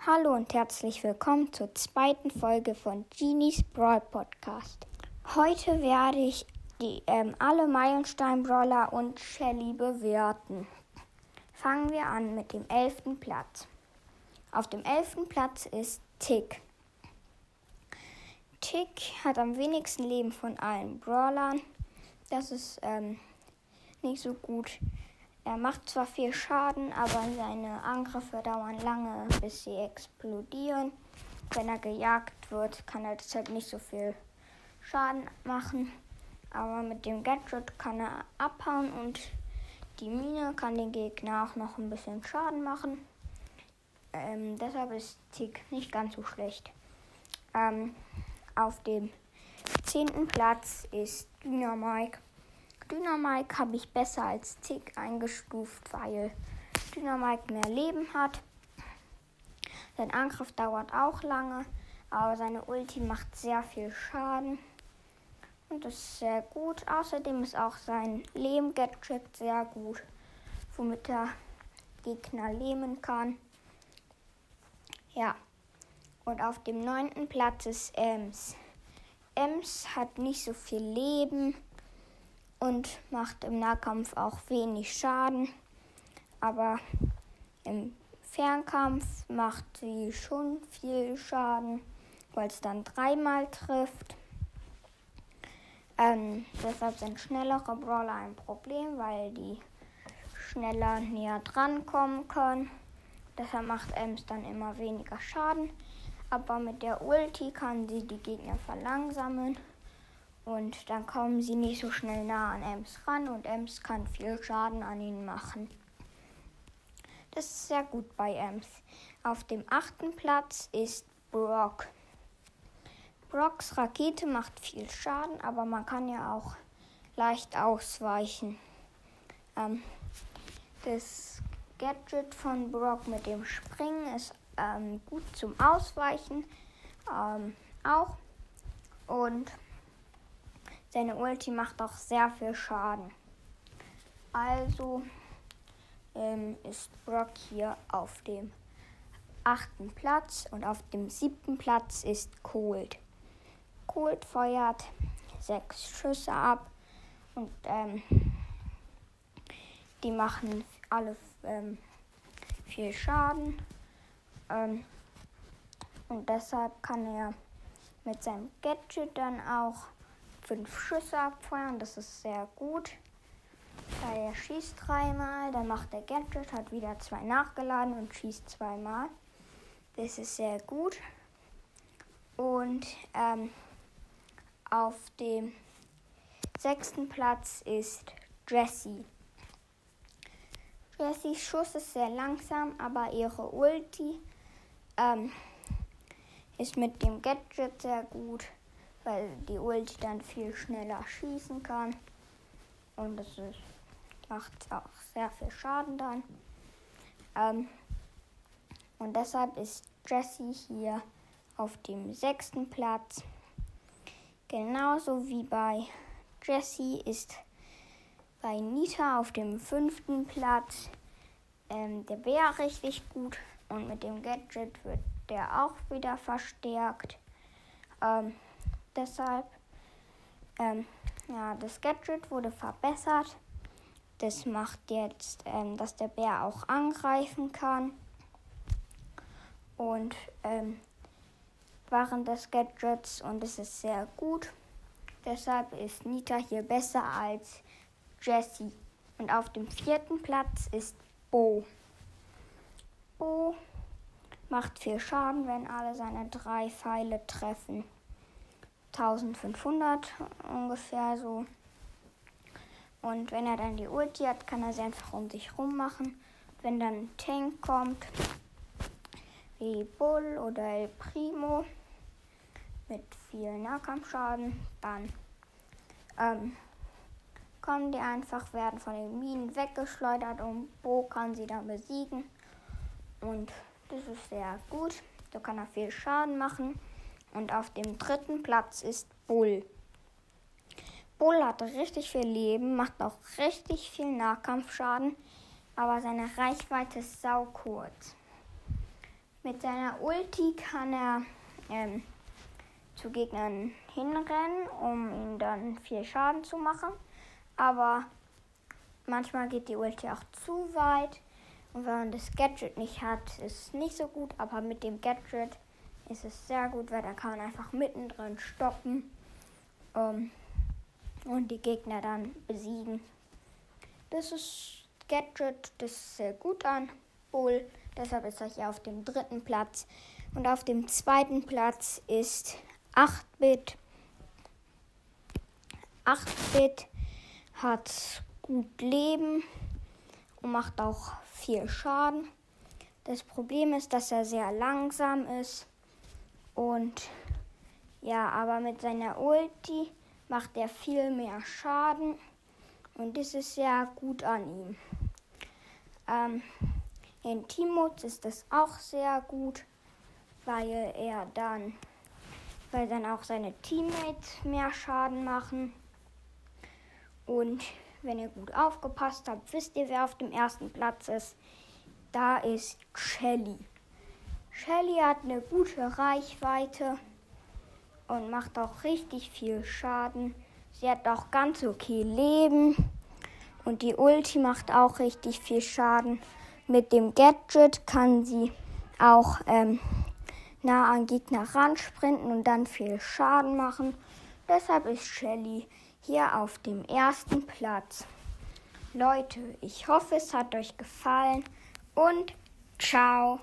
Hallo und herzlich willkommen zur zweiten Folge von Genies Brawl Podcast. Heute werde ich alle Meilenstein-Brawler und Shelly bewerten. Fangen wir an mit dem 11. Platz. Auf dem 11. Platz ist Tick. Tick hat am wenigsten Leben von allen Brawlern. Das ist nicht so gut. Er macht zwar viel Schaden, aber seine Angriffe dauern lange, bis sie explodieren. Wenn er gejagt wird, kann er deshalb nicht so viel Schaden machen. Aber mit dem Gadget kann er abhauen und die Mine kann den Gegner auch noch ein bisschen Schaden machen. Deshalb ist Tick nicht ganz so schlecht. Auf dem 10. Platz ist Dynamike. Dynamike habe ich besser als Tick eingestuft, weil Dynamike mehr Leben hat. Sein Angriff dauert auch lange, aber seine Ulti macht sehr viel Schaden. Und das ist sehr gut. Außerdem ist auch sein Lehm-Gadget sehr gut, womit er Gegner lähmen kann. Ja, und auf dem 9. Platz ist Ems. Ems hat nicht so viel Leben und macht im Nahkampf auch wenig Schaden. Aber im Fernkampf macht sie schon viel Schaden, weil es dann 3-mal trifft. Deshalb sind schnellere Brawler ein Problem, weil die schneller näher dran kommen können. Deshalb macht Ems dann immer weniger Schaden. Aber mit der Ulti kann sie die Gegner verlangsamen. Und dann kommen sie nicht so schnell nah an Ems ran und Ems kann viel Schaden an ihnen machen. Das ist sehr gut bei Ems. Auf dem 8. Platz ist Brock. Brocks Rakete macht viel Schaden, aber man kann ja auch leicht ausweichen. Das Gadget von Brock mit dem Springen ist gut zum Ausweichen auch. Und seine Ulti macht auch sehr viel Schaden. Also ist Brock hier auf dem 8. Platz und auf dem 7. Platz ist Colt. Colt feuert 6 Schüsse ab und die machen alle viel Schaden. Und deshalb kann er mit seinem Gadget dann auch 5 Schüsse abfeuern. Das ist sehr gut. Er schießt 3-mal, dann macht der Gadget, hat wieder 2 nachgeladen und schießt 2-mal. Das ist sehr gut. Und auf dem 6. Platz ist Jessie. Jessies Schuss ist sehr langsam, aber ihre Ulti ist mit dem Gadget sehr gut, weil die Ulti dann viel schneller schießen kann. Und das macht auch sehr viel Schaden dann. Und deshalb ist Jessie hier auf dem 6. Platz. Genauso wie bei Jessie ist bei Nita auf dem 5. Platz der Bär richtig gut. Und mit dem Gadget wird der auch wieder verstärkt. Deshalb, das Gadget wurde verbessert. Das macht jetzt, dass der Bär auch angreifen kann. Und während des Gadgets, und es ist sehr gut. Deshalb ist Nita hier besser als Jessie. Und auf dem 4. Platz ist Bo. Bo macht viel Schaden, wenn alle seine 3 Pfeile treffen. 1500 ungefähr so. Und wenn er dann die Ulti hat, kann er sie einfach um sich rum machen. Wenn dann ein Tank kommt, wie Bull oder El Primo mit viel Nahkampfschaden, dann kommen die einfach, werden von den Minen weggeschleudert und Bo kann sie dann besiegen. Und das ist sehr gut. So kann er viel Schaden machen. Und auf dem 3. Platz ist Bull. Bull hat richtig viel Leben, macht auch richtig viel Nahkampfschaden, aber seine Reichweite ist saukurz. Mit seiner Ulti kann er zu Gegnern hinrennen, um ihnen dann viel Schaden zu machen. Aber manchmal geht die Ulti auch zu weit. Und wenn man das Gadget nicht hat, ist es nicht so gut. Aber mit dem Gadget ist es sehr gut, weil da kann man einfach mittendrin stoppen und die Gegner dann besiegen. Das ist Gadget, das ist sehr gut an Bull. Deshalb ist er hier auf dem 3. Platz. Und auf dem 2. Platz ist 8-Bit. 8-Bit hat gut Leben und macht auch viel Schaden. Das Problem ist, dass er sehr langsam ist. Und ja, aber mit seiner Ulti macht er viel mehr Schaden. Und das ist sehr gut an ihm. In Teammodes ist das auch sehr gut, weil dann auch seine Teammates mehr Schaden machen. Und wenn ihr gut aufgepasst habt, wisst ihr, wer auf dem 1. Platz ist. Da ist Shelly. Shelly hat eine gute Reichweite und macht auch richtig viel Schaden. Sie hat auch ganz okay Leben und die Ulti macht auch richtig viel Schaden. Mit dem Gadget kann sie auch nah an Gegner ransprinten und dann viel Schaden machen. Deshalb ist Shelly hier auf dem 1. Platz. Leute, ich hoffe, es hat euch gefallen und ciao.